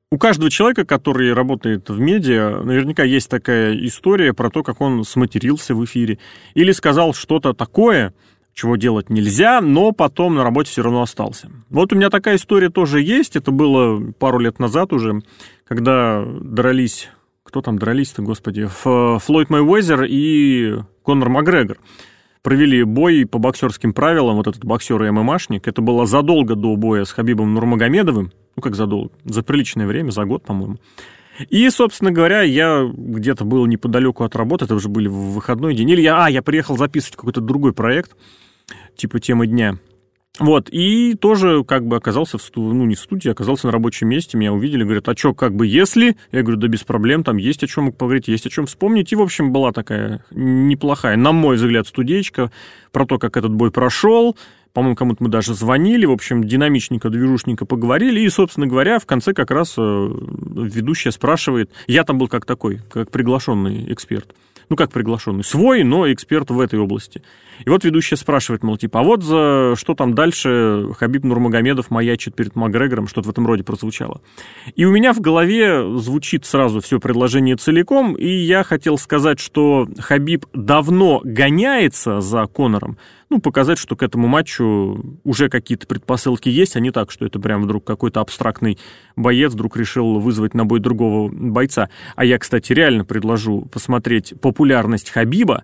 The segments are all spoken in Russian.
У каждого человека, который работает в медиа, наверняка есть такая история про то, как он сматерился в эфире или сказал что-то такое, чего делать нельзя, но потом на работе все равно остался. Вот у меня такая история тоже есть. Это было пару лет назад уже, когда дрались... Кто там дрались-то, господи? Флойд Мейуэзер и Конор Макгрегор провели бой по боксерским правилам. Вот этот боксер и ММАшник. Это было задолго до боя с Хабибом Нурмагомедовым. Ну, как задолго? За приличное время, за год, по-моему. И, собственно говоря, я где-то был неподалеку от работы. Это уже были в выходной день. Или я приехал записывать какой-то другой проект, типа темы дня. Вот, и тоже как бы оказался не в студии, оказался на рабочем месте, меня увидели, говорят, а что, как бы если? Я говорю, да без проблем, там есть о чем поговорить, есть о чем вспомнить. И, в общем, была такая неплохая, на мой взгляд, студеечка про то, как этот бой прошел. По-моему, кому-то мы даже звонили, в общем, динамичненько, движушненько поговорили. И, собственно говоря, в конце как раз ведущая спрашивает, я там был как такой, как приглашенный эксперт. Ну, как приглашенный, свой, но эксперт в этой области. И вот ведущая спрашивает, мол, типа, а вот за что там дальше Хабиб Нурмагомедов маячит перед Макгрегором, что-то в этом роде прозвучало. И у меня в голове звучит сразу все предложение целиком, и я хотел сказать, что Хабиб давно гоняется за Конором, ну, показать, что к этому матчу уже какие-то предпосылки есть, а не так, что это прям вдруг какой-то абстрактный боец вдруг решил вызвать на бой другого бойца. А я, кстати, реально предложу посмотреть популярность Хабиба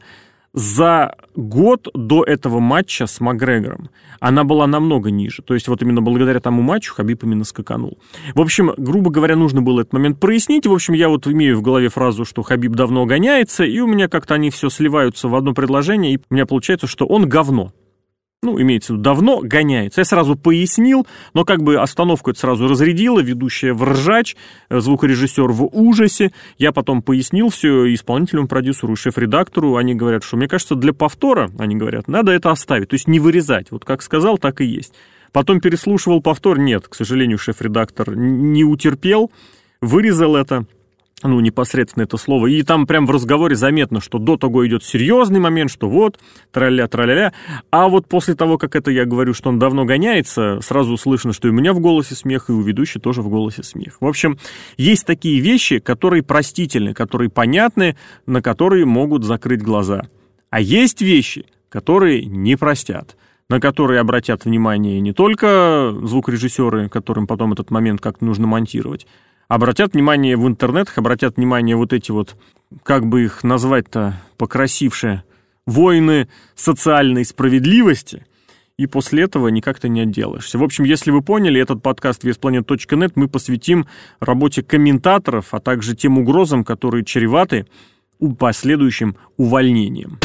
за год до этого матча с Макгрегором. Она была намного ниже. То есть вот именно благодаря тому матчу Хабиб именно скаканул. В общем, грубо говоря, нужно было этот момент прояснить. В общем, я вот имею в голове фразу, что Хабиб давно гоняется, и у меня как-то они все сливаются в одно предложение, и у меня получается, что он говно. Ну, имеется в виду, давно гоняется. Я сразу пояснил, но как бы остановку это сразу разрядила, ведущая в ржач, звукорежиссер в ужасе. Я потом пояснил все исполнительному продюсеру и шеф-редактору. Они говорят, что, мне кажется, для повтора, они говорят, надо это оставить, то есть не вырезать. Вот как сказал, так и есть. Потом переслушивал повтор. Нет, к сожалению, шеф-редактор не утерпел, вырезал это. Ну, непосредственно это слово. И там прям в разговоре заметно, что до того идет серьезный момент, что вот, траля-траля-ля. А вот после того, как это я говорю, что он давно гоняется, сразу слышно, что и у меня в голосе смех, и у ведущей тоже в голосе смех. В общем, есть такие вещи, которые простительны, которые понятны, на которые могут закрыть глаза. А есть вещи, которые не простят, на которые обратят внимание не только звукорежиссеры, которым потом этот момент как-то нужно монтировать, обратят внимание в интернетах, обратят внимание вот эти вот, как бы их назвать-то покрасивше, воины социальной справедливости, и после этого никак-то не отделаешься. В общем, если вы поняли, этот подкаст VSPlanet.net мы посвятим работе комментаторов, а также тем угрозам, которые чреваты последующим увольнением.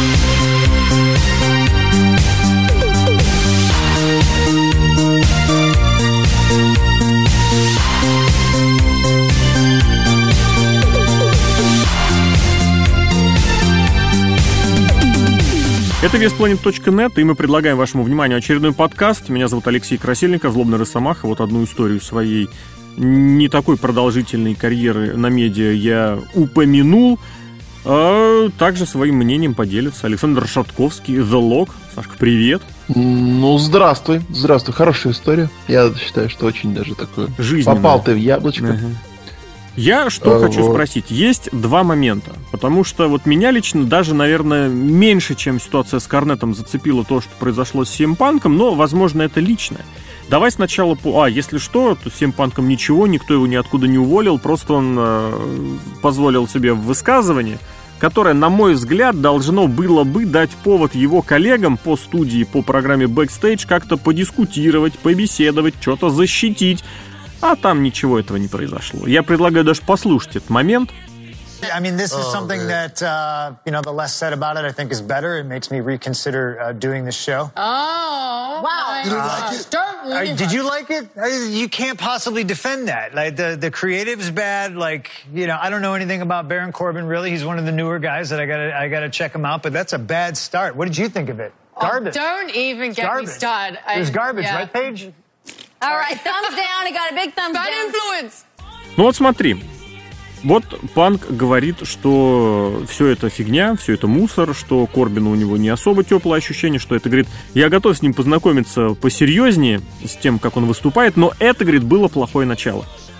Это VSPlanet.net, и мы предлагаем вашему вниманию очередной подкаст. Меня зовут Алексей Красильников, Злобный Росомаха. Вот одну историю своей не такой продолжительной карьеры на медиа я упомянул. А также своим мнением поделится Александр Шатковский, The Log. Сашка, привет. Ну, здравствуй. Здравствуй, хорошая история. Я считаю, что очень даже такое. Жизненная. Попал ты в яблочко. Угу. Я что хочу спросить. Есть два момента. Потому что вот меня лично даже, наверное, меньше, чем ситуация с Корнетом, зацепило то, что произошло с CM Punk'ом, но, возможно, это личное. Давай сначала если что, то с CM Punk'ом ничего, никто его ниоткуда не уволил, просто он позволил себе высказывание, которое, на мой взгляд, должно было бы дать повод его коллегам по студии, по программе Backstage как-то подискутировать, побеседовать, что-то защитить. А там ничего этого не произошло. Я предлагаю даже послушать этот момент. I mean, this is something that, the less said about it, I think is better. It makes me reconsider doing this show. Oh, wow. You didn't like it? Did you like it? You can't possibly defend that. Like, the creative's bad. Like, I don't know anything about Baron Corbin, really. He's one of the newer guys that I gotta check him out, but that's a bad start. What did you think of it? Garbage. Oh, don't even get me started. It was garbage, right, Paige? All right, thumbs down. I got a big thumbs Bad down. influence. Ну вот смотри. Вот Панк говорит, что все это фигня, все это мусор, что Корбину у него не особо теплое ощущение, что это, говорит, я готов с ним познакомиться посерьезнее, с тем, как он выступает, но это, говорит, было плохое начало.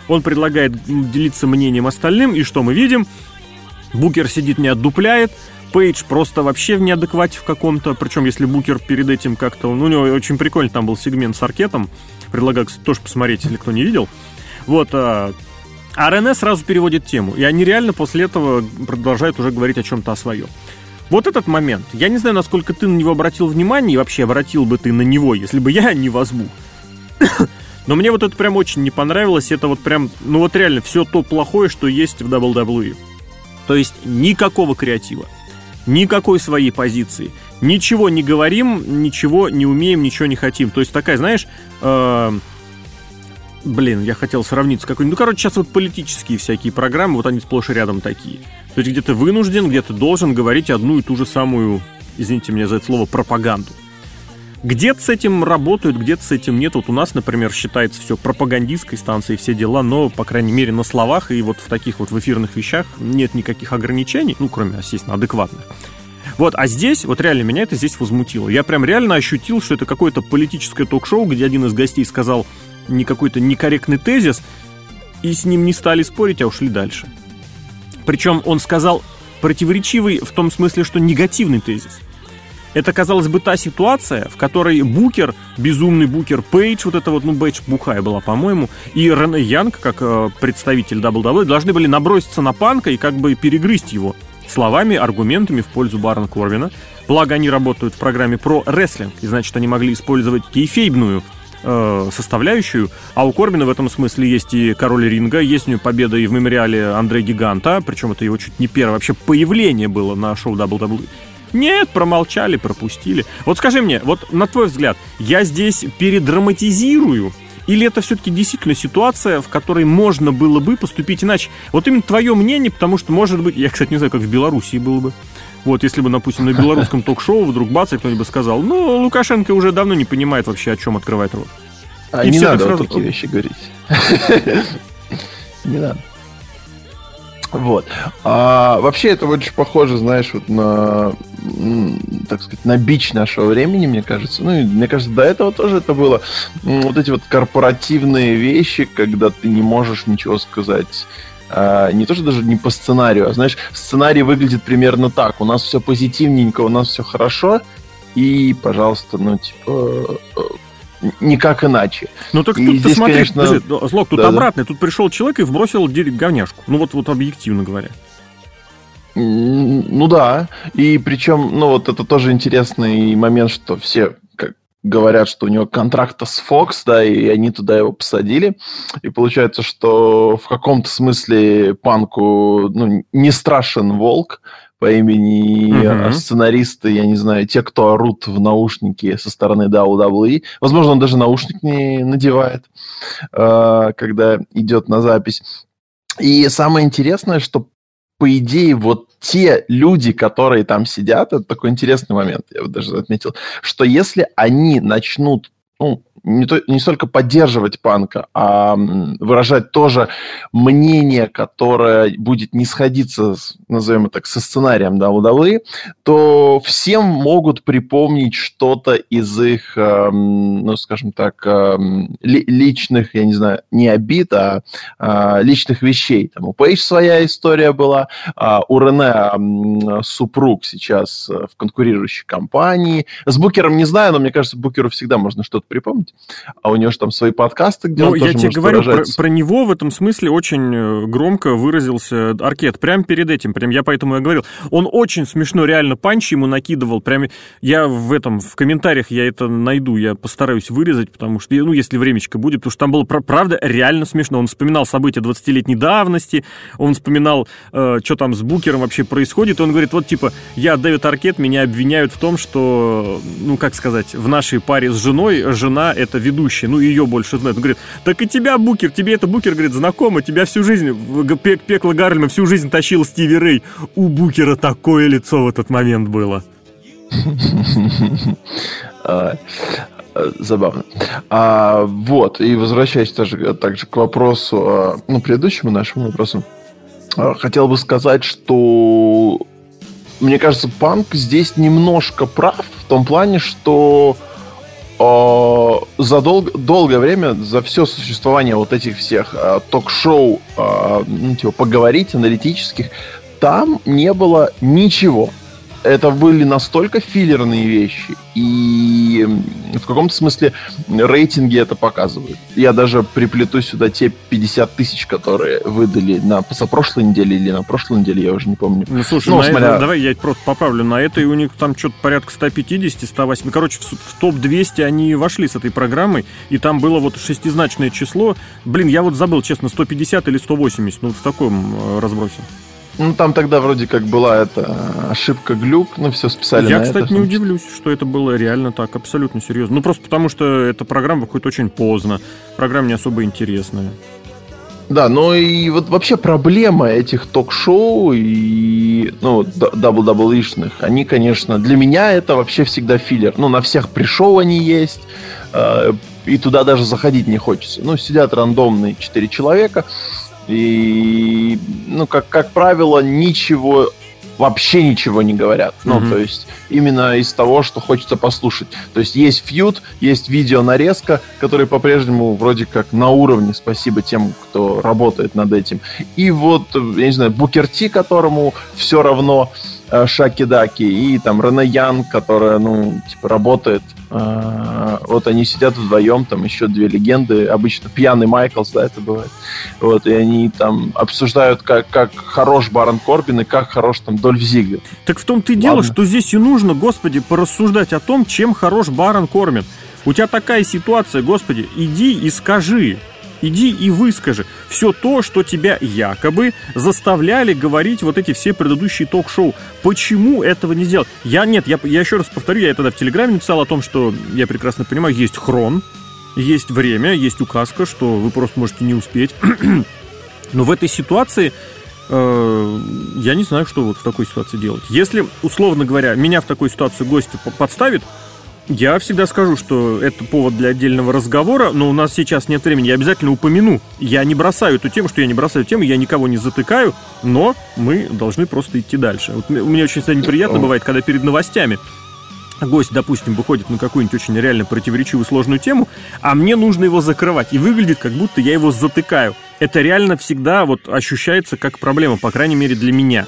Он предлагает делиться мнением остальным, и что мы видим? Букер сидит, не отдупляет, Пейдж просто вообще в неадеквате в каком-то, причем если Букер перед этим как-то... у него очень прикольно там был сегмент с Аркетом, предлагаю, кстати, тоже посмотреть, если кто не видел. Вот, а Рене сразу переводит тему, и они реально после этого продолжают уже говорить о чем-то своем. Вот этот момент, я не знаю, насколько ты на него обратил внимание, и вообще обратил бы ты на него, если бы я не возьму. Но мне вот это прям очень не понравилось. Это вот прям, ну вот реально все то плохое, что есть в WWE. То есть никакого креатива, никакой своей позиции. Ничего не говорим, ничего не умеем, ничего не хотим. То есть такая, знаешь, я хотел сравнить с какой-нибудь... сейчас вот политические всякие программы, вот они сплошь и рядом такие. То есть где ты вынужден, где ты должен говорить одну и ту же самую, извините меня за это слово, пропаганду. Где-то с этим работают, где-то с этим нет. Вот у нас, например, считается все пропагандистской станцией, все дела, но, по крайней мере, на словах и вот в таких вот в эфирных вещах нет никаких ограничений, ну, кроме, естественно, адекватных. Вот, а здесь, вот реально меня это здесь возмутило. Я прям реально ощутил, что это какое-то политическое ток-шоу, где один из гостей сказал какой-то некорректный тезис, и с ним не стали спорить, а ушли дальше. Причем он сказал противоречивый в том смысле, что негативный тезис. Это, казалось бы, та ситуация, в которой Букер, безумный Букер, Пейдж, вот это вот, Пейдж бухая была, по-моему, и Рене Янг, как представитель WWE, должны были наброситься на Панка и как бы перегрызть его словами, аргументами в пользу Барона Корбина. Благо, они работают в программе про рестлинг, и значит, они могли использовать кейфейбную составляющую, а у Корбина в этом смысле есть и король ринга, есть у него победа и в мемориале Андре Гиганта, причем это его чуть не первое вообще появление было на шоу WWE. Нет, промолчали, пропустили. Вот скажи мне, вот на твой взгляд, я здесь передраматизирую, или это все-таки действительно ситуация, в которой можно было бы поступить иначе? Вот именно твое мнение, потому что, может быть, я, кстати, не знаю, как в Белоруссии было бы. Вот, если бы, допустим, на белорусском ток-шоу вдруг бац, и кто-нибудь бы сказал, Лукашенко уже давно не понимает вообще, о чем открывает рот. И не надо вот такие вещи говорить. Не надо. Вот. Вообще это очень похоже, знаешь, вот на, так сказать, на бич нашего времени, мне кажется. Ну, и мне кажется, до этого тоже это было. Вот эти вот корпоративные вещи, когда ты не можешь ничего сказать. Не то, что даже не по сценарию, а, знаешь, сценарий выглядит примерно так. У нас все позитивненько, у нас все хорошо, и, пожалуйста, никак иначе. Ну так и тут здесь, ты смотри, конечно... Злок, тут обратно. Тут пришел человек и вбросил говняшку. Ну вот объективно говоря. Ну да. И причем, вот это тоже интересный момент, что все говорят, что у него контракт с Fox, да, и они туда его посадили. И получается, что в каком-то смысле Панку не страшен волк по имени сценаристы, я не знаю, те, кто орут в наушники со стороны WWE. Возможно, он даже наушник не надевает, когда идет на запись. И самое интересное, что, по идее, вот те люди, которые там сидят, это такой интересный момент, я вот даже отметил, что если они начнут не столько поддерживать Панка, а выражать тоже мнение, которое будет не сходиться, назовем это так, со сценарием WWE, то всем могут припомнить что-то из их, скажем так, личных, я не знаю, не обид, а личных вещей. Там у Пейдж своя история была, у Рене супруг сейчас в конкурирующей компании. С Букером не знаю, но мне кажется, Букеру всегда можно что-то припомнить. А у него же там свои подкасты, где он тоже может выражаться. Я тебе говорю, про него в этом смысле очень громко выразился Аркет. Прямо перед этим, я поэтому и говорил. Он очень смешно реально панчи ему накидывал. Прям я в комментариях я это найду, я постараюсь вырезать, потому что, если времечко будет, потому что там было, правда, реально смешно. Он вспоминал события 20-летней давности, он вспоминал, что там с Букером вообще происходит, и он говорит, я Дэвид Аркет, меня обвиняют в том, что, в нашей паре с женой, жена — это ведущая, ее больше знает. Он говорит, так и тебя, Букер, тебе это Букер, говорит, знакомо, тебя всю жизнь, пекло Гарлема всю жизнь тащил Стиви Рэй. У Букера такое лицо в этот момент было. Забавно. И возвращаясь также к вопросу, предыдущему нашему вопросу, хотел бы сказать, что мне кажется, Панк здесь немножко прав в том плане, что за долгое время, за все существование вот этих всех ток-шоу, поговорить, аналитических, там не было ничего. Это были настолько филлерные вещи, и в каком-то смысле рейтинги это показывают. Я даже приплету сюда те 50 тысяч, которые выдали на позапрошлой неделе или на прошлой неделе, я уже не помню. Ну, слушай, давай я просто поправлю. На этой у них там что-то порядка 150, 108. Короче, в топ-200 они вошли с этой программой, и там было вот шестизначное число. Блин, я вот забыл, честно, 150 или 180, в таком разбросе. Там тогда вроде как была эта ошибка-глюк, все списали на это. Я, кстати, не удивлюсь, что это было реально так, абсолютно серьезно. Просто потому, что эта программа выходит очень поздно, программа не особо интересная. Да, и вот вообще проблема этих ток-шоу и, дабл-дабл-ишных, они, конечно, для меня это вообще всегда филлер. На всех пришел они есть, и туда даже заходить не хочется. Сидят рандомные 4 человека, и, как правило, вообще ничего не говорят. То есть, именно из того, что хочется послушать. То есть, есть фьюд, есть видеонарезка, которые по-прежнему вроде как на уровне, спасибо тем, кто работает над этим. И вот, я не знаю, Букер Ти, которому все равно Шаки-Даки, и там Рене Янг, которая, работает. Вот они сидят вдвоем, там еще 2 легенды, обычно пьяный Майклс, да, это бывает. Вот, и они там обсуждают, как хорош Барон Корбин и как хорош там Дольф Зиглер. Так в том-то и дело, что здесь и нужно, господи, порассуждать о том, чем хорош Барон Корбин. У тебя такая ситуация, господи, иди и скажи. Иди и выскажи все то, что тебя якобы заставляли говорить вот эти все предыдущие ток-шоу. Почему этого не сделать? Я еще раз повторю, я тогда в Телеграме написал о том, что я прекрасно понимаю, есть хрон, есть время, есть указка, что вы просто можете не успеть. Но в этой ситуации я не знаю, что вот в такой ситуации делать. Если, условно говоря, меня в такой ситуации гости подставит, я всегда скажу, что это повод для отдельного разговора, но у нас сейчас нет времени. Я обязательно упомяну. Я не бросаю эту тему, я никого не затыкаю, но мы должны просто идти дальше. Вот мне очень всегда неприятно бывает, когда перед новостями гость, допустим, выходит на какую-нибудь очень реально противоречивую сложную тему, а мне нужно его закрывать. И выглядит, как будто я его затыкаю. Это реально всегда вот ощущается как проблема, по крайней мере, для меня.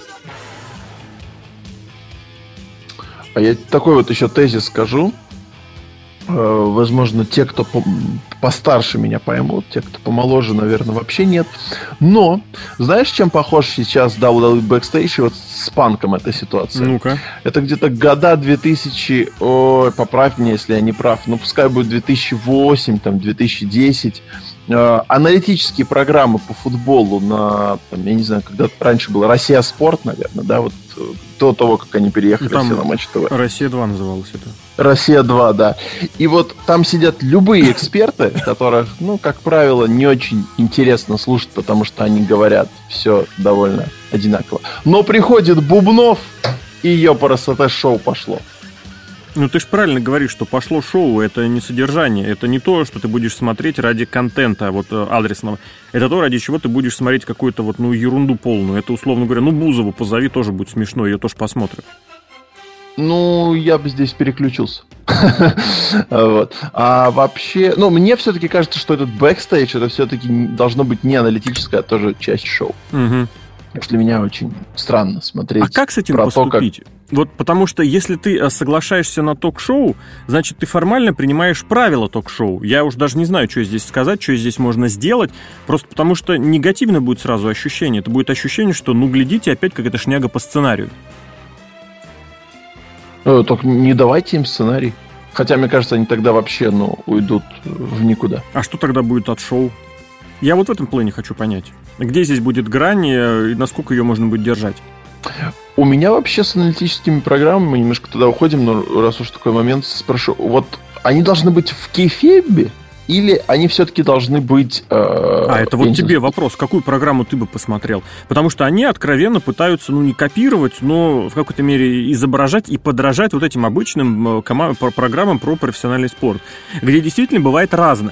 А я такой вот еще тезис скажу. Возможно, те, кто постарше меня поймут, те, кто помоложе, наверное, вообще нет. Но, знаешь, чем похож сейчас WWE Backstage и вот с Панком эта ситуация? Ну-ка. Это где-то года 2000... Ой, поправь меня, если я не прав. Пускай будет 2008, там, 2010. Аналитические программы по футболу на, я не знаю, когда раньше было «Россия Спорт», наверное, да, вот до того, как они переехали все на Матч ТВ. «Россия-2» называлась это. «Россия-2», да. И вот там сидят любые эксперты, которых, как правило, не очень интересно слушать, потому что они говорят все довольно одинаково. Но приходит Бубнов, и ёпарасоте-шоу пошло. Ты же правильно говоришь, что пошло шоу, это не содержание, это не то, что ты будешь смотреть ради контента адресного. Это то, ради чего ты будешь смотреть какую-то ерунду полную. Это, условно говоря, Бузову позови, тоже будет смешно, ее тоже посмотрят. Я бы здесь переключился. А вообще, мне все-таки кажется, что этот бэкстейдж, это все-таки должно быть не аналитическая, а тоже часть шоу. Для меня очень странно смотреть. А как с этим поступить? Потому что если ты соглашаешься на ток-шоу, значит, ты формально принимаешь правила ток-шоу. Я уж даже не знаю, что здесь сказать, что здесь можно сделать. Просто потому что негативно будет сразу ощущение. Это будет ощущение, что, глядите, опять какая-то шняга по сценарию. Только не давайте им сценарий. Хотя, мне кажется, они тогда вообще, уйдут в никуда. А что тогда будет от шоу? Я вот в этом плане хочу понять. Где здесь будет грань и насколько ее можно будет держать? У меня вообще с аналитическими программами, мы немножко туда уходим, но раз уж такой момент, спрошу, вот они должны быть в кейфебе или они все-таки должны быть... это вот тебе вопрос, какую программу ты бы посмотрел? Потому что они откровенно пытаются, не копировать, но в какой-то мере изображать и подражать вот этим обычным программам про профессиональный спорт, где действительно бывает разное.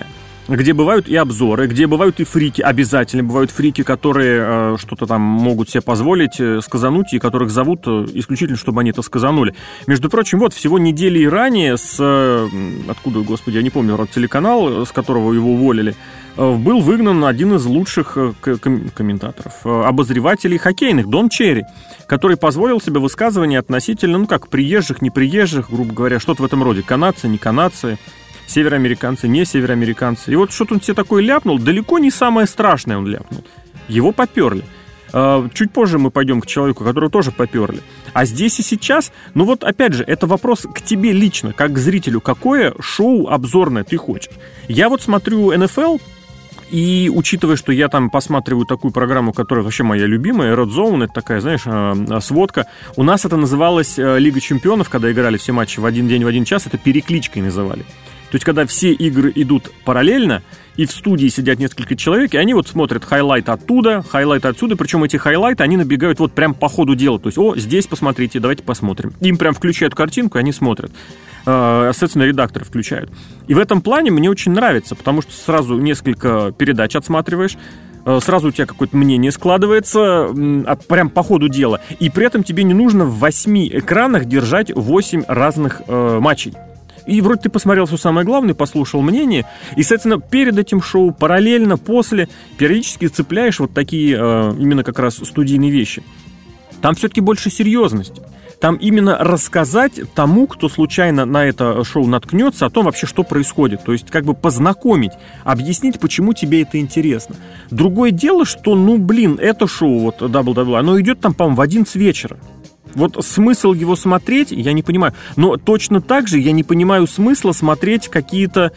где бывают и обзоры, где бывают и фрики, обязательно бывают фрики, которые что-то там могут себе позволить сказануть, и которых зовут исключительно, чтобы они это сказанули. Между прочим, вот всего недели ранее откуда, господи, я не помню, телеканал, с которого его уволили, был выгнан один из лучших комментаторов, обозревателей хоккейных, Дон Черри, который позволил себе высказывания относительно, приезжих, неприезжих, грубо говоря, что-то в этом роде, канадцы, не канадцы, североамериканцы, не североамериканцы. И вот что-то он себе такое ляпнул, далеко не самое страшное он ляпнул. Его поперли. Чуть позже мы пойдем к человеку, которого тоже поперли. А здесь и сейчас, опять же, это вопрос к тебе лично, как к зрителю. Какое шоу обзорное ты хочешь? Я вот смотрю НФЛ, и учитывая, что я там посматриваю такую программу, которая вообще моя любимая, Red Zone, это такая, знаешь, сводка. У нас это называлось Лига чемпионов, когда играли все матчи в один день, в один час, это перекличкой называли. То есть, когда все игры идут параллельно, и в студии сидят несколько человек, и они вот смотрят хайлайт оттуда, хайлайт отсюда, причем эти хайлайты, они набегают вот прям по ходу дела. То есть, здесь посмотрите, давайте посмотрим. Им прям включают картинку, и они смотрят. Соответственно, редакторы включают. И в этом плане мне очень нравится, потому что сразу несколько передач отсматриваешь, сразу у тебя какое-то мнение складывается прям по ходу дела, и при этом тебе не нужно в 8 экранах держать 8 разных матчей. И вроде ты посмотрел все самое главное, послушал мнение, и, соответственно, перед этим шоу, параллельно, после, периодически цепляешь вот такие именно как раз студийные вещи. Там все-таки больше серьезности. Там именно рассказать тому, кто случайно на это шоу наткнется, о том вообще, что происходит. То есть, познакомить, объяснить, почему тебе это интересно. Другое дело, что, это шоу, вот WWE, оно идет там, по-моему, в 11 вечера. Вот смысл его смотреть, я не понимаю. Но точно так же я не понимаю смысла смотреть какие-то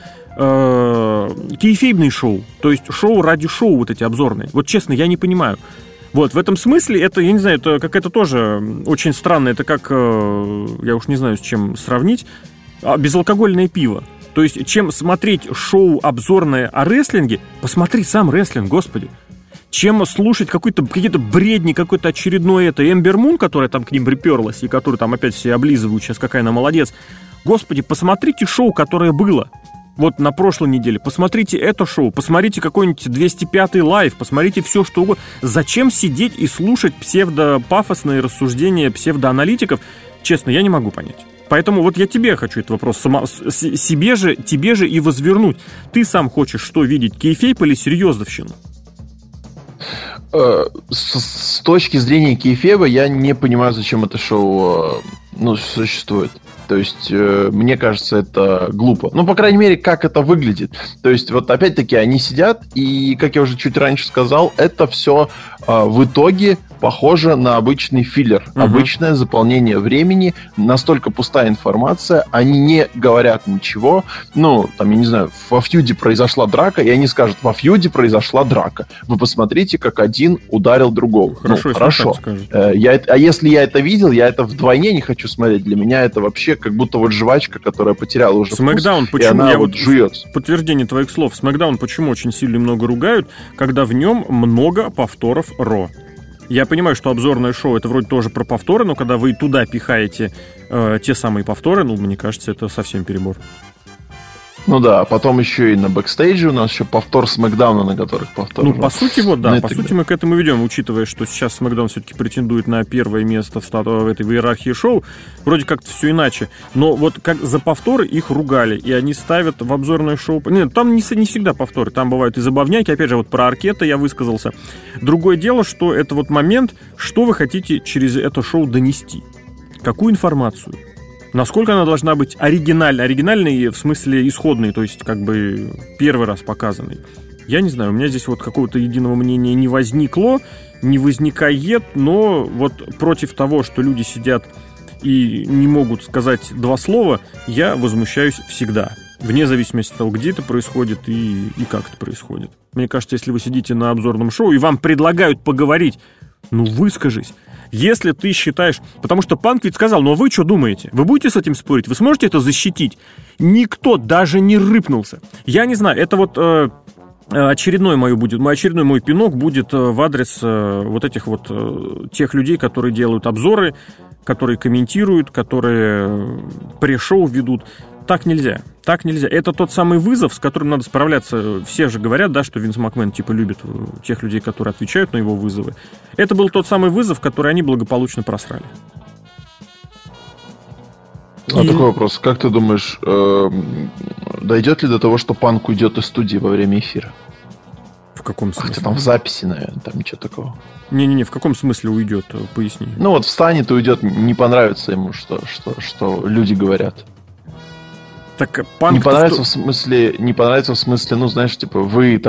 кейфейбные шоу. То есть шоу ради шоу, вот эти обзорные. Вот честно, я не понимаю. Вот, в этом смысле это, я не знаю, это какая-то тоже очень странная, это как, я уж не знаю, с чем сравнить, безалкогольное пиво. То есть, чем смотреть шоу обзорное о рестлинге, посмотри сам рестлинг, господи. Чем слушать какие-то бредни, какой-то очередной Эмбер Мун, которая там к ним приперлась, и которую там опять все облизывают сейчас, какая она молодец. Господи, посмотрите шоу, которое было. Вот на прошлой неделе. Посмотрите это шоу, посмотрите какой-нибудь 205-й лайв, посмотрите все, что угодно. Зачем сидеть и слушать псевдопафосные рассуждения псевдоаналитиков? Честно, я не могу понять. Поэтому вот я тебе хочу этот вопрос тебе же и возвернуть. Ты сам хочешь что видеть, кейфейп или серьезновщину? С точки зрения кейфеба я не понимаю, зачем это шоу существует. То есть, мне кажется, это глупо. По крайней мере, как это выглядит. То есть, вот опять-таки, они сидят, и, как я уже чуть раньше сказал, это все в итоге похоже на обычный филлер. Обычное заполнение времени, настолько пустая информация, они не говорят ничего. Я не знаю, во фьюде произошла драка, и они скажут, во фьюде произошла драка. Вы посмотрите, как один ударил другого. Хорошо. А если я это видел, я это вдвойне не хочу смотреть. Для меня это вообще как будто вот жвачка, которая потеряла уже Смэкдаун, вкус, почему? и она вот жуется. Подтверждение твоих слов. Смэкдаун почему очень сильно и много ругают, когда в нем много повторов Ро. Я понимаю, что обзорное шоу это вроде тоже про повторы, но когда вы туда пихаете те самые повторы, мне кажется, это совсем перебор. А потом еще и на бэкстейдже у нас еще повтор Смэкдауна, на которых повтор. По сути, по сути мы к этому ведем, учитывая, что сейчас Смэкдаун все-таки претендует на первое место в этой иерархии шоу. Вроде как-то все иначе. Но вот как за повторы их ругали, и они ставят в обзорное шоу. Нет, там не всегда повторы, там бывают и забавняки. Опять же, вот про Аркета я высказался. Другое дело, что это вот момент, что вы хотите через это шоу донести. Какую информацию? Насколько она должна быть оригинальной в смысле исходной, то есть первый раз показанной. Я не знаю, у меня здесь вот какого-то единого мнения не возникло, не возникает, но вот против того, что люди сидят и не могут сказать два слова, я возмущаюсь всегда. Вне зависимости от того, где это происходит и как это происходит. Мне кажется, если вы сидите на обзорном шоу и вам предлагают поговорить, выскажись. Если ты считаешь... Потому что Панк ведь сказал, а вы что думаете? Вы будете с этим спорить? Вы сможете это защитить? Никто даже не рыпнулся. Я не знаю, это вот очередной мой пинок будет в адрес вот этих вот тех людей, которые делают обзоры, которые комментируют, которые пресс-шоу ведут. Так нельзя. Так нельзя. Это тот самый вызов, с которым надо справляться. Все же говорят, да, что Винс Макмен типа любит тех людей, которые отвечают на его вызовы. Это был тот самый вызов, который они благополучно просрали. Такой вопрос. Как ты думаешь, дойдет ли до того, что Панк уйдет из студии во время эфира? В каком смысле? Хотя там в записи, наверное, там ничего такого. Не-не-не, в каком смысле уйдет? Поясни. Ну вот встанет и уйдет, не понравится ему, что люди говорят. Так Панк... Не понравится в смысле, ну, знаешь, типа, вы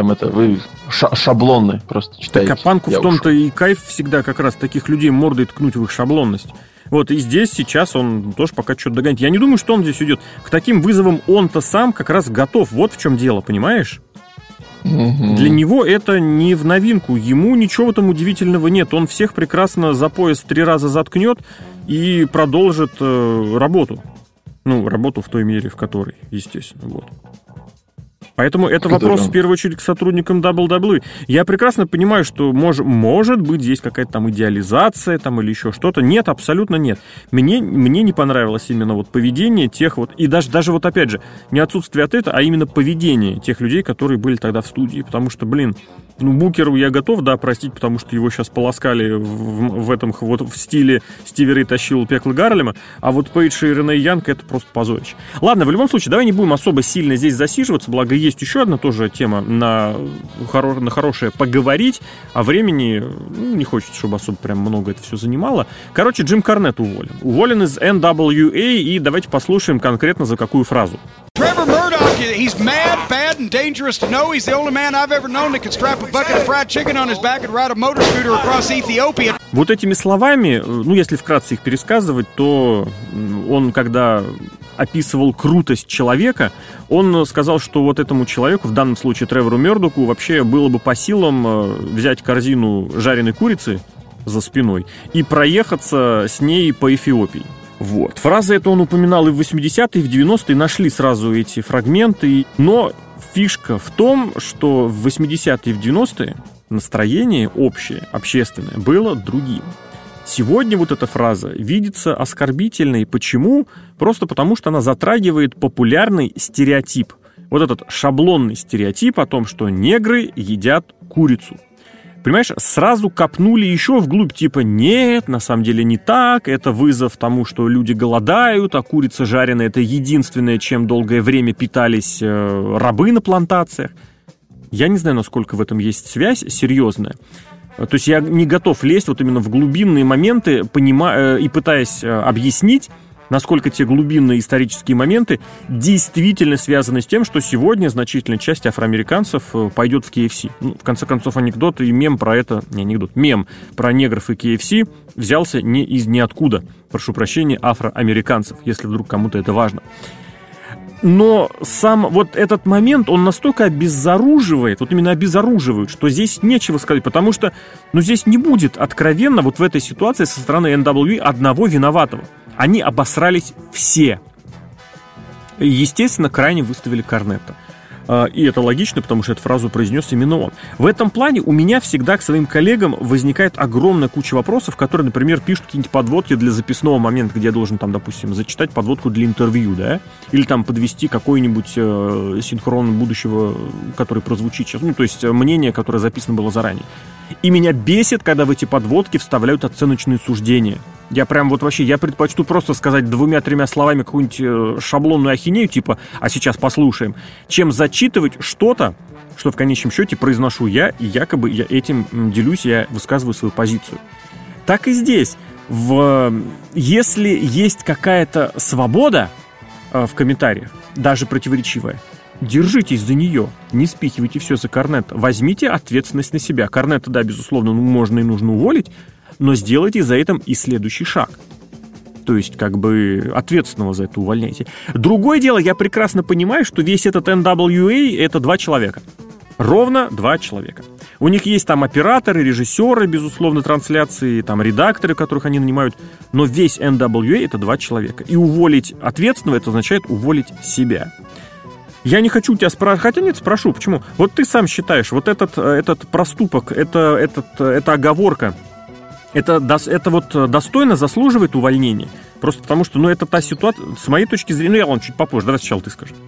шаблонны просто читаете. Так, а Панку в том-то и кайф всегда как раз таких людей мордой ткнуть в их шаблонность. Вот, и здесь сейчас он тоже пока что-то догонит. Я не думаю, что он здесь уйдет. К таким вызовам он-то сам как раз готов. Вот в чем дело, понимаешь? Для него это не в новинку. Ему ничего там удивительного нет. Он всех прекрасно за пояс 3 раза заткнет и продолжит работу. Ну, работу в той мере, в которой, естественно, вот. Поэтому это вопрос, в первую очередь, к сотрудникам WWE. Я прекрасно понимаю, что может быть здесь какая-то там идеализация там, или еще что-то. Нет, абсолютно нет. Мне не понравилось именно вот поведение тех вот... И даже вот опять же, не отсутствие ответа, а именно поведение тех людей, которые были тогда в студии. Потому что, Букеру я готов, да, простить, потому что его сейчас полоскали в этом вот в стиле Стиви Рэй тащил пекло Гарлема, а вот Пейдж и Рене Янг это просто позорище. Ладно, в любом случае, давай не будем особо сильно здесь засиживаться, благо есть еще одна тоже тема на хорошее поговорить, а времени не хочется, чтобы особо прям много это все занимало. Короче, Джим Корнет уволен. Уволен из NWA, и давайте послушаем конкретно за какую фразу. Trevor Murdoch, he's mad, bad, and dangerous to know. He's the only man I've ever known that could strap a bucket of fried chicken on his back and ride a motor scooter across Ethiopia. Вот этими словами, если вкратце их пересказывать, то он, когда описывал крутость человека, он сказал, что вот этому человеку, в данном случае Тревору Мёрдоку, вообще было бы по силам взять корзину жареной курицы за спиной и проехаться с ней по Эфиопии. Вот. Фраза эту он упоминал и в 80-е, и в 90-е, нашли сразу эти фрагменты. Но фишка в том, что в 80-е и в 90-е настроение общее, общественное, было другим. Сегодня вот эта фраза видится оскорбительной. Почему? Просто потому, что она затрагивает популярный стереотип. Вот этот шаблонный стереотип о том, что негры едят курицу. Понимаешь, сразу копнули еще вглубь, типа, нет, на самом деле не так, это вызов тому, что люди голодают, а курица жареная — это единственное, чем долгое время питались рабы на плантациях. Я не знаю, насколько в этом есть связь серьезная. То есть я не готов лезть вот именно в глубинные моменты, и пытаясь объяснить, насколько те глубинные исторические моменты действительно связаны с тем, что сегодня значительная часть афроамериканцев пойдет в KFC. В конце концов, анекдот и мем про это... мем про негров и KFC взялся не из ниоткуда. Прошу прощения, афроамериканцев, если вдруг кому-то это важно. Но сам вот этот момент, он настолько обезоруживает, вот именно обезоруживает, что здесь нечего сказать, потому что, здесь не будет откровенно вот в этой ситуации со стороны NWA одного виноватого. Они обосрались все. Естественно, крайне выставили Корнетта. И это логично, потому что эту фразу произнес именно он. В этом плане у меня всегда к своим коллегам возникает огромная куча вопросов, которые, например, пишут какие-нибудь подводки для записного момента, где я должен, там, допустим, зачитать подводку для интервью, да? Или там подвести какой-нибудь синхрон будущего, который прозвучит сейчас. То есть мнение, которое записано было заранее. И меня бесит, когда в эти подводки вставляют оценочные суждения. Я прям вот вообще, я предпочту просто сказать 2-3 словами какую-нибудь шаблонную ахинею, типа «а сейчас послушаем», чем зачитывать что-то, что в конечном счете произношу я, и якобы я этим делюсь, я высказываю свою позицию. Так и здесь. Если есть какая-то свобода в комментариях, даже противоречивая, держитесь за нее, не спихивайте все за Корнетта, возьмите ответственность на себя. Корнетта, да, безусловно, можно и нужно уволить, но сделайте за этим и следующий шаг. То есть, ответственного за это увольняйте. Другое дело, я прекрасно понимаю, что весь этот NWA — это 2 человека. Ровно 2 человека. У них есть там операторы, режиссеры, безусловно, трансляции, там редакторы, которых они нанимают, но весь NWA — это 2 человека. И уволить ответственного — это означает уволить себя. Я не хочу тебя спрашивать, хотя нет, спрошу, почему? Вот ты сам считаешь, вот этот проступок, эта оговорка Это вот достойно заслуживает увольнения. Просто потому что, это та ситуация, с моей точки зрения, я вам чуть попозже, давай сначала ты скажи.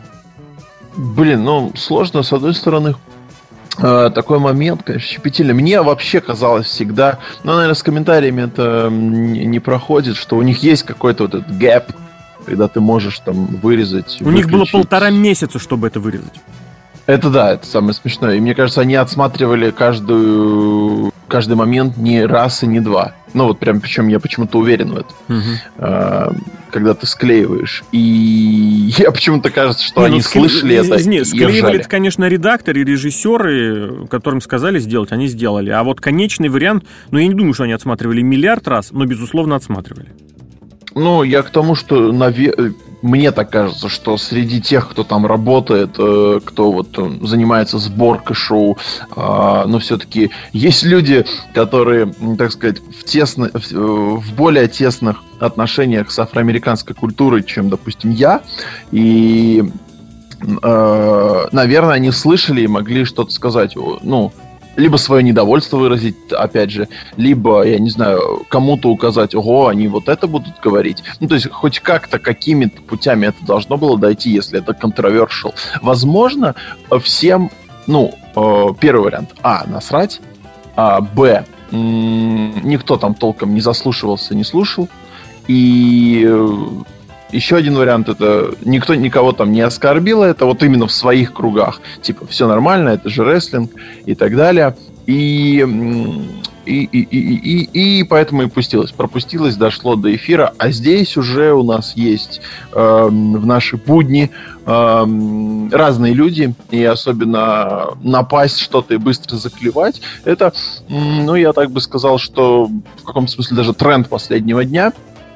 Блин, сложно, с одной стороны, такой момент, конечно, щепетильный. Мне вообще казалось всегда, наверное, с комментариями это не проходит, что у них есть какой-то вот этот гэп, когда ты можешь там вырезать. У них было 1,5 месяца, чтобы это вырезать. Это да, это самое смешное. И мне кажется, они отсматривали каждый момент не раз и не два. Причем я почему-то уверен в этом. Когда ты склеиваешь. И я почему-то кажется, что они слышали это и склеивали это, конечно, редакторы и режиссеры, которым сказали сделать, они сделали. А вот конечный вариант, я не думаю, что они отсматривали миллиард раз, но, безусловно, отсматривали. Я к тому, что мне так кажется, что среди тех, кто там работает, кто занимается сборкой шоу, но все-таки есть люди, которые, так сказать, в более тесных отношениях с афроамериканской культурой, чем, допустим, я. И, наверное, они слышали и могли что-то сказать. Либо свое недовольство выразить, опять же, либо, я не знаю, кому-то указать, они вот это будут говорить. То есть, хоть как-то, какими-то путями это должно было дойти, если это controversial. Возможно, всем, первый вариант, насрать, б, никто там толком не заслушивался, не слушал, и... Еще один вариант, это никто никого там не оскорбил, это вот именно в своих кругах. Типа, все нормально, это же рестлинг и так далее. И поэтому и пропустилось, дошло до эфира. А здесь уже у нас есть в наши будни разные люди, и особенно напасть что-то и быстро заклевать. Это, я так бы сказал, что в каком-то смысле даже тренд последнего дня.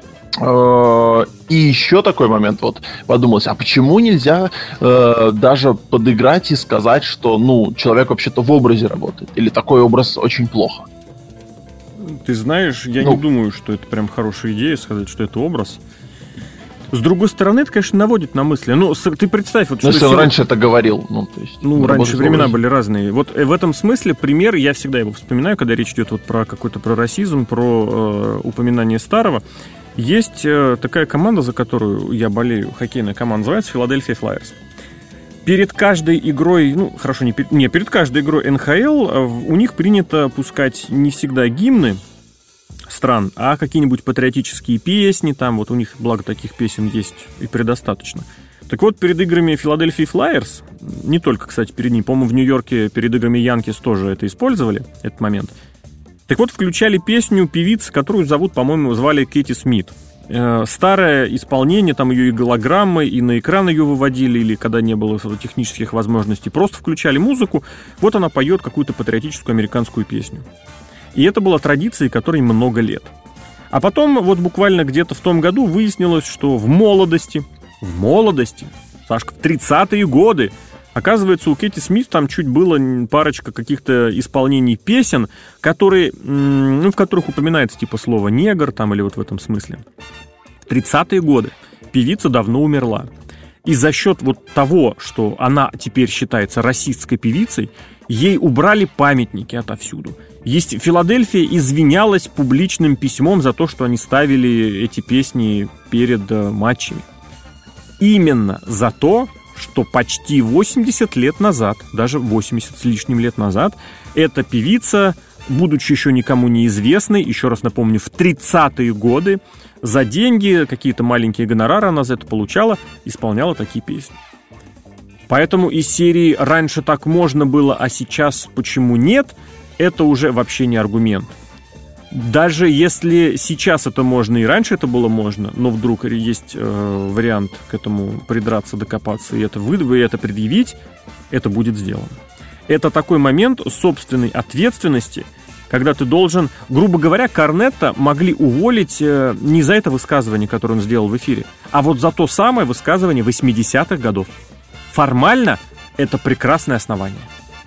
И еще такой момент, подумалось, а почему нельзя даже подыграть и сказать, что, человек вообще-то в образе работает, или такой образ очень плохо? Ты знаешь, я не думаю, что это прям хорошая идея, сказать, что это образ. С другой стороны, это, конечно, наводит на мысли. Ты представь... если он раньше это говорил, раньше времена были разные. Вот в этом смысле пример, я всегда его вспоминаю, когда речь идет про расизм, про упоминание старого. Есть такая команда, за которую я болею, хоккейная команда, называется Philadelphia Flyers. Перед каждой игрой, перед каждой игрой НХЛ у них принято пускать не всегда гимны стран, а какие-нибудь патриотические песни, там у них, благо, таких песен есть и предостаточно. Так вот, перед играми Philadelphia Flyers, не только, кстати, перед ними, по-моему, в Нью-Йорке перед играми Янкис тоже это использовали, этот момент. Так вот, включали песню певицы, которую звали Кэти Смит. Старое исполнение, там ее и голограммы, и на экран ее выводили, или когда не было технических возможностей, просто включали музыку, вот она поет какую-то патриотическую американскую песню. И это была традицией, которой много лет. А потом, буквально где-то в том году выяснилось, что в молодости, Сашка, в 30-е годы, оказывается, у Кэти Смит там чуть было парочка каких-то исполнений песен, которые, в которых упоминается типа слово «негр» там, или в этом смысле. В 30-е годы певица давно умерла. И за счет того, что она теперь считается расистской певицей, ей убрали памятники отовсюду. Филадельфия извинялась публичным письмом за то, что они ставили эти песни перед матчами. Именно за то, что почти 80 лет назад, даже 80 с лишним лет назад, эта певица, будучи еще никому неизвестной, еще раз напомню, в 30-е годы, за деньги, какие-то маленькие гонорары она за это получала, исполняла такие песни. Поэтому из серии «раньше так можно было, а сейчас почему нет?» это уже вообще не аргумент. Даже если сейчас это можно и раньше это было можно, но вдруг есть вариант к этому придраться, докопаться и это предъявить, это будет сделано. Это такой момент собственной ответственности, когда ты должен, грубо говоря, Корнетто могли уволить не за это высказывание, которое он сделал в эфире, а за то самое высказывание 80-х годов. Формально это прекрасное основание.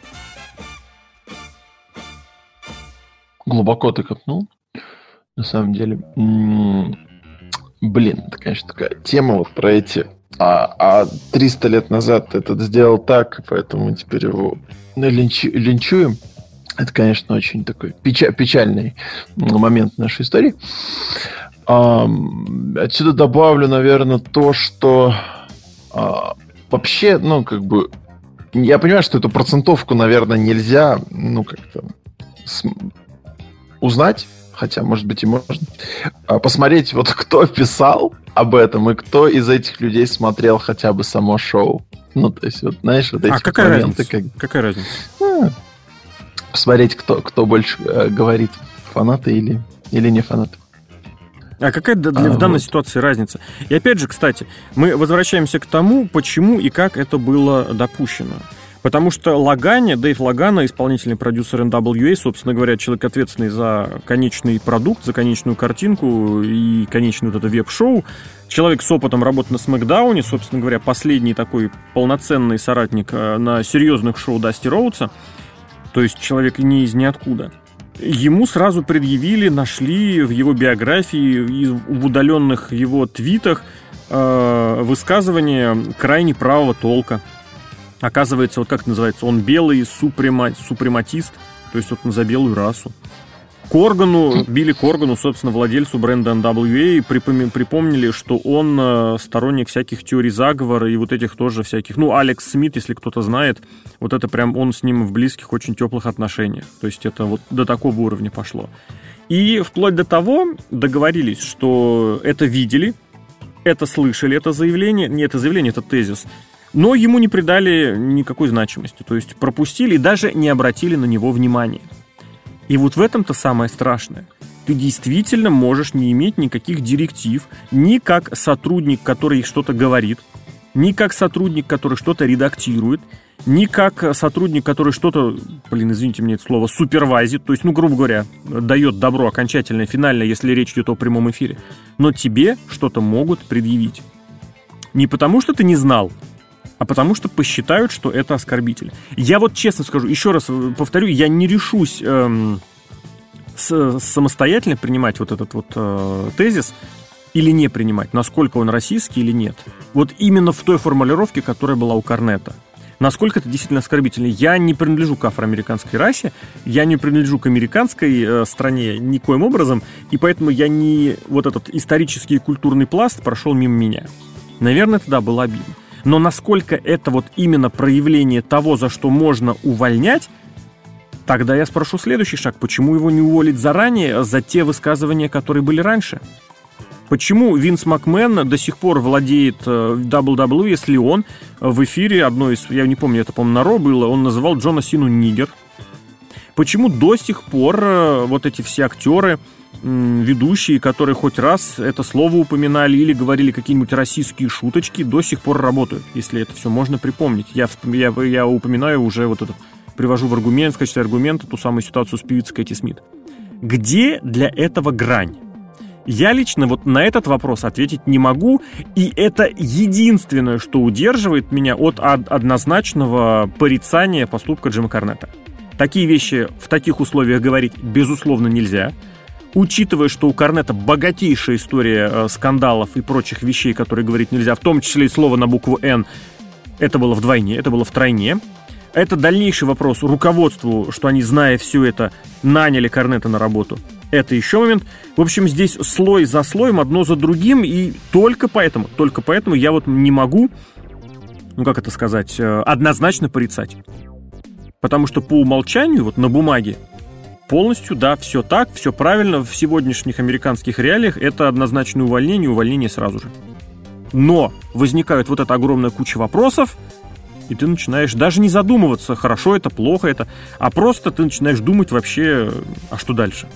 Глубоко ты копнул, на самом деле. Это, конечно, такая тема про эти... А 300 лет назад этот сделал так, поэтому теперь его линчуем. Это, конечно, очень такой печальный момент нашей истории. Отсюда добавлю, наверное, то, что вообще, я понимаю, что эту процентовку, наверное, нельзя, как-то узнать, хотя, может быть, и можно. Посмотреть, вот кто писал об этом и кто из этих людей смотрел хотя бы само шоу. То есть, вот, знаешь, вот эти какая моменты. Разница? Какая разница? Посмотреть, кто больше говорит, фанаты или не фанаты. А какая в данной ситуации разница? И опять же, кстати, мы возвращаемся к тому, почему и как это было допущено. Потому что Дэйв Лагана, исполнительный продюсер NWA, собственно говоря, человек, ответственный за конечный продукт, за конечную картинку и конечное вот это веб-шоу, человек с опытом работы на Смэкдауне, собственно говоря, последний такой полноценный соратник на серьезных шоу Дасти Роудса, то есть человек не из ниоткуда. Ему сразу предъявили, нашли в его биографии и в удаленных его твитах высказывания крайне правого толка. Оказывается, вот как это называется, он белый супрематист, то есть вот за белую расу. Билли Коргану, собственно, владельцу бренда NWA, припомнили, что он сторонник всяких теорий заговора и вот этих тоже всяких... Алекс Смит, если кто-то знает, вот это прям он с ним в близких, очень теплых отношениях. То есть это вот до такого уровня пошло. И вплоть до того договорились, что это видели, это слышали, это заявление... Не это заявление, это тезис. Но ему не придали никакой значимости. То есть пропустили и даже не обратили на него внимания. И вот в этом-то самое страшное. Ты действительно можешь не иметь никаких директив, ни как сотрудник, который что-то говорит, ни как сотрудник, который что-то редактирует, ни как сотрудник, который что-то, извините мне это слово, супервайзит, то есть, грубо говоря, дает добро окончательное, финальное, если речь идет о прямом эфире. Но тебе что-то могут предъявить. Не потому, что ты не знал, а потому что посчитают, что это оскорбительно. Я вот честно скажу, еще раз повторю, я не решусь самостоятельно принимать вот этот вот тезис или не принимать, насколько он российский или нет. Вот именно в той формулировке, которая была у Корнета. Насколько это действительно оскорбительно. Я не принадлежу к афроамериканской расе, я не принадлежу к американской стране никоим образом, и поэтому я не... Вот этот исторический и культурный пласт прошел мимо меня. Наверное, это, да, было обидно. Но насколько это вот именно проявление того, за что можно увольнять, тогда я спрошу следующий шаг. Почему его не уволить заранее за те высказывания, которые были раньше? Почему Винс Макмен до сих пор владеет WWE, если он в эфире одной из... Я не помню, это, по-моему, на Ро было, он называл Джона Сину нигер? Почему до сих пор вот эти все актеры... ведущие, которые хоть раз это слово упоминали или говорили какие-нибудь российские шуточки, до сих пор работают, если это все можно припомнить. Я упоминаю уже вот этот, привожу в качестве аргумента ту самую ситуацию с певицей Кэти Смит. Где для этого грань? Я лично вот на этот вопрос ответить не могу, и это единственное, что удерживает меня от однозначного порицания поступка Джима Корнета. Такие вещи в таких условиях говорить, безусловно, нельзя. Учитывая, что у Корнета богатейшая история скандалов и прочих вещей, которые говорить нельзя, в том числе и слово на букву «Н», это было вдвойне, это было втройне. Это дальнейший вопрос руководству, что они, зная все это, наняли Корнета на работу. Это еще момент. В общем, здесь слой за слоем, одно за другим, и только поэтому я вот не могу, однозначно порицать. Потому что по умолчанию, вот на бумаге, полностью, да, все так, все правильно. В сегодняшних американских реалиях это однозначное увольнение сразу же. Но возникает вот эта огромная куча вопросов, и ты начинаешь даже не задумываться, хорошо это, плохо это, а просто ты начинаешь думать вообще, а что дальше?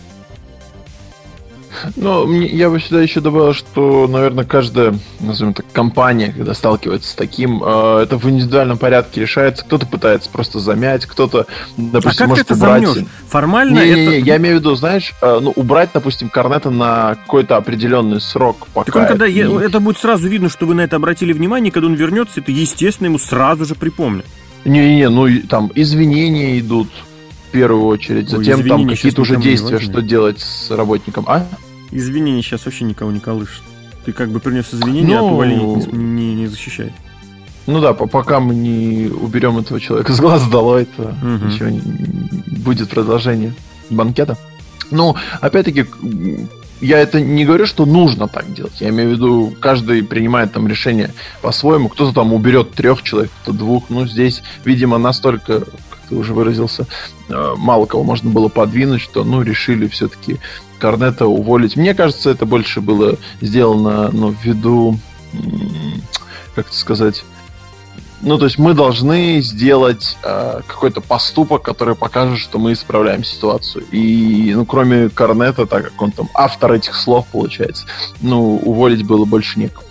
Ну, я бы сюда еще добавил, что, наверное, каждая, назовем так, компания, когда сталкивается с таким, это в индивидуальном порядке решается. Кто-то пытается просто замять, кто-то, допустим, может убрать... А как ты это замнешь? Формально я имею в виду, знаешь, убрать, допустим, Корнета на какой-то определенный срок. Пока так он, когда это будет сразу видно, что вы на это обратили внимание, когда он вернется, это, естественно, ему сразу же припомнят. Там извинения идут в первую очередь, затем там какие-то уже действия, что делать с работником, Извинения сейчас вообще никого не колышет. Ты как бы принес извинения, от увольнения не защищает. Ну да, пока мы не уберем этого человека с глаз долой, то ничего будет продолжение банкета. Ну, опять-таки, я это не говорю, что нужно так делать. Я имею в виду, каждый принимает там решение по-своему. Кто-то там уберет 3 человек, кто-то 2. Ну, здесь, видимо, настолько, как ты уже выразился, мало кого можно было подвинуть, что, ну, решили все-таки Корнета уволить. Мне кажется, это больше было сделано, ну, ввиду, как это сказать... Ну, то есть мы должны сделать какой-то поступок, который покажет, что мы исправляем ситуацию. И, ну, кроме Корнета, так как он там автор этих слов, получается, ну, уволить было больше некого.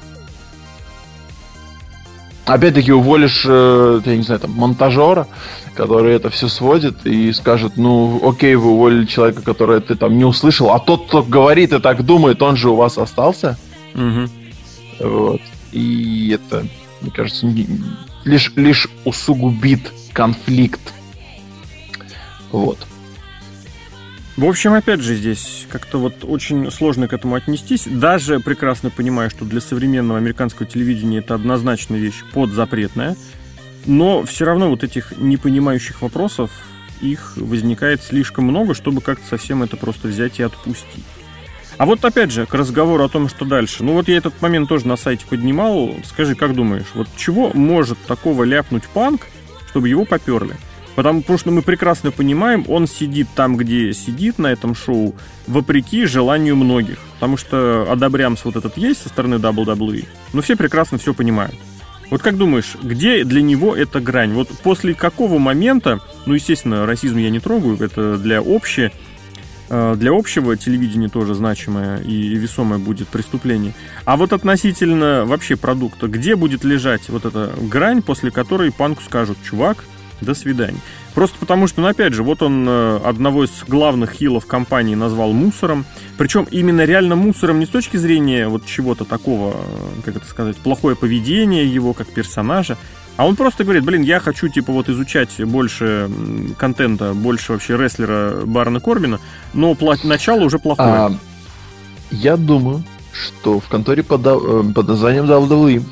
Опять-таки уволишь, я не знаю, там, монтажера, который это все сводит и скажет, ну, окей, вы уволили человека, которого ты там не услышал, а тот, кто говорит и так думает, он же у вас остался. Вот. И это, мне кажется, лишь усугубит конфликт. Вот. В общем, опять же, здесь как-то вот очень сложно к этому отнестись. Даже прекрасно понимаю, что для современного американского телевидения это однозначно вещь подзапретная. Но все равно вот этих непонимающих вопросов, их возникает слишком много, чтобы как-то совсем это просто взять и отпустить. А вот опять же, к разговору о том, что дальше. Ну вот я этот момент тоже на сайте поднимал. Скажи, как думаешь, вот чего может такого ляпнуть Панк, чтобы его поперли? Потому что мы прекрасно понимаем, он сидит там, где сидит на этом шоу, вопреки желанию многих. Потому что одобрямс вот этот есть со стороны WWE, но все прекрасно все понимают. Вот как думаешь, где для него эта грань? Вот после какого момента, ну, естественно, расизм я не трогаю, это для общего телевидения тоже значимое и весомое будет преступление. А вот относительно вообще продукта, где будет лежать вот эта грань, после которой Панку скажут: чувак, до свидания. Просто потому что, ну, опять же, вот он одного из главных хилов компании назвал мусором. Причем именно реально мусором не с точки зрения вот чего-то такого, как это сказать, плохое поведение его как персонажа, а он просто говорит: блин, я хочу, типа, вот изучать больше контента, больше вообще рестлера Барона Корбина, но начало уже плохое. Я думаю, что в конторе под названием WWE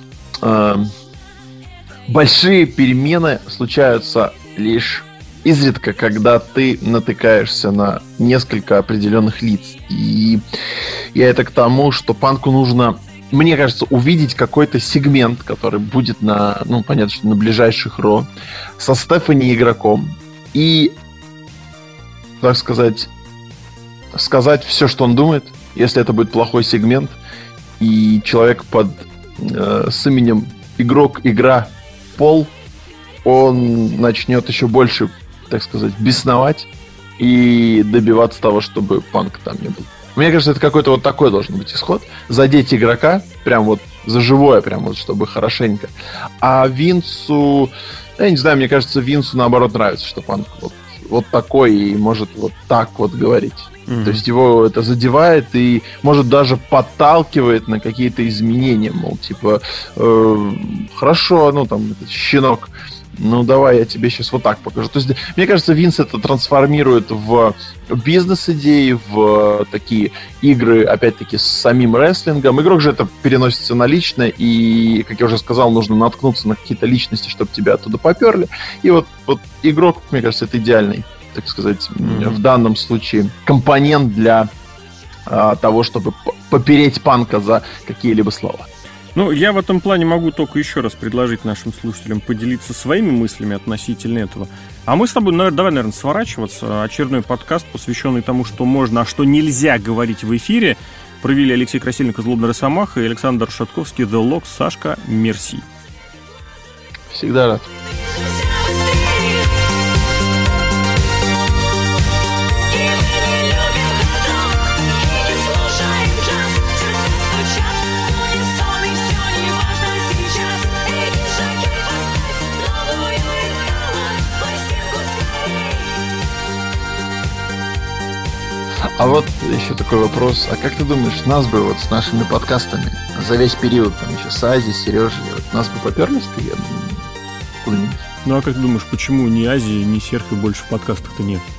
большие перемены случаются лишь изредка, когда ты натыкаешься на несколько определенных лиц. И я это к тому, что Панку нужно, мне кажется, увидеть какой-то сегмент, который будет на, ну, понятно, что на ближайших Ро, со Стефани игроком, и, так сказать все, что он думает, если это будет плохой сегмент, и человек с именем игра, Пол, он начнет еще больше, так сказать, бесновать и добиваться того, чтобы Панк там не был. Мне кажется, это какой-то вот такой должен быть исход. Задеть игрока, прям вот за живое, прям вот, чтобы хорошенько. А Винсу, я не знаю, мне кажется, Винсу наоборот нравится, что Панк вот такой и может вот так вот говорить. Mm-hmm. То есть его это задевает и, может, даже подталкивает на какие-то изменения. Мол, типа, хорошо, ну там, щенок, ну давай я тебе сейчас вот так покажу. То есть, мне кажется, Винс это трансформирует в бизнес-идеи, в такие игры, опять-таки, с самим рестлингом. Игрок же это переносится на личное, и, как я уже сказал, нужно наткнуться на какие-то личности, чтобы тебя оттуда поперли. И вот игрок, мне кажется, это идеальный, так сказать, в данном случае компонент для того, чтобы попереть Панка за какие-либо слова. Ну, я в этом плане могу только еще раз предложить нашим слушателям поделиться своими мыслями относительно этого. А мы с тобой, давай, наверное, сворачиваться. Очередной подкаст, посвященный тому, что можно, а что нельзя говорить в эфире, провели Алексей Красильников, Злобный Росомаха, и Александр Шатковский, The Lock. Сашка, мерси. Всегда рад. А вот еще такой вопрос. А как ты думаешь, нас бы вот с нашими подкастами за весь период, там еще с Азией, Сережей, вот, нас бы поперлись куда-нибудь? Ну а как ты думаешь, почему ни Азии, ни Серхи больше в подкастах-то нет?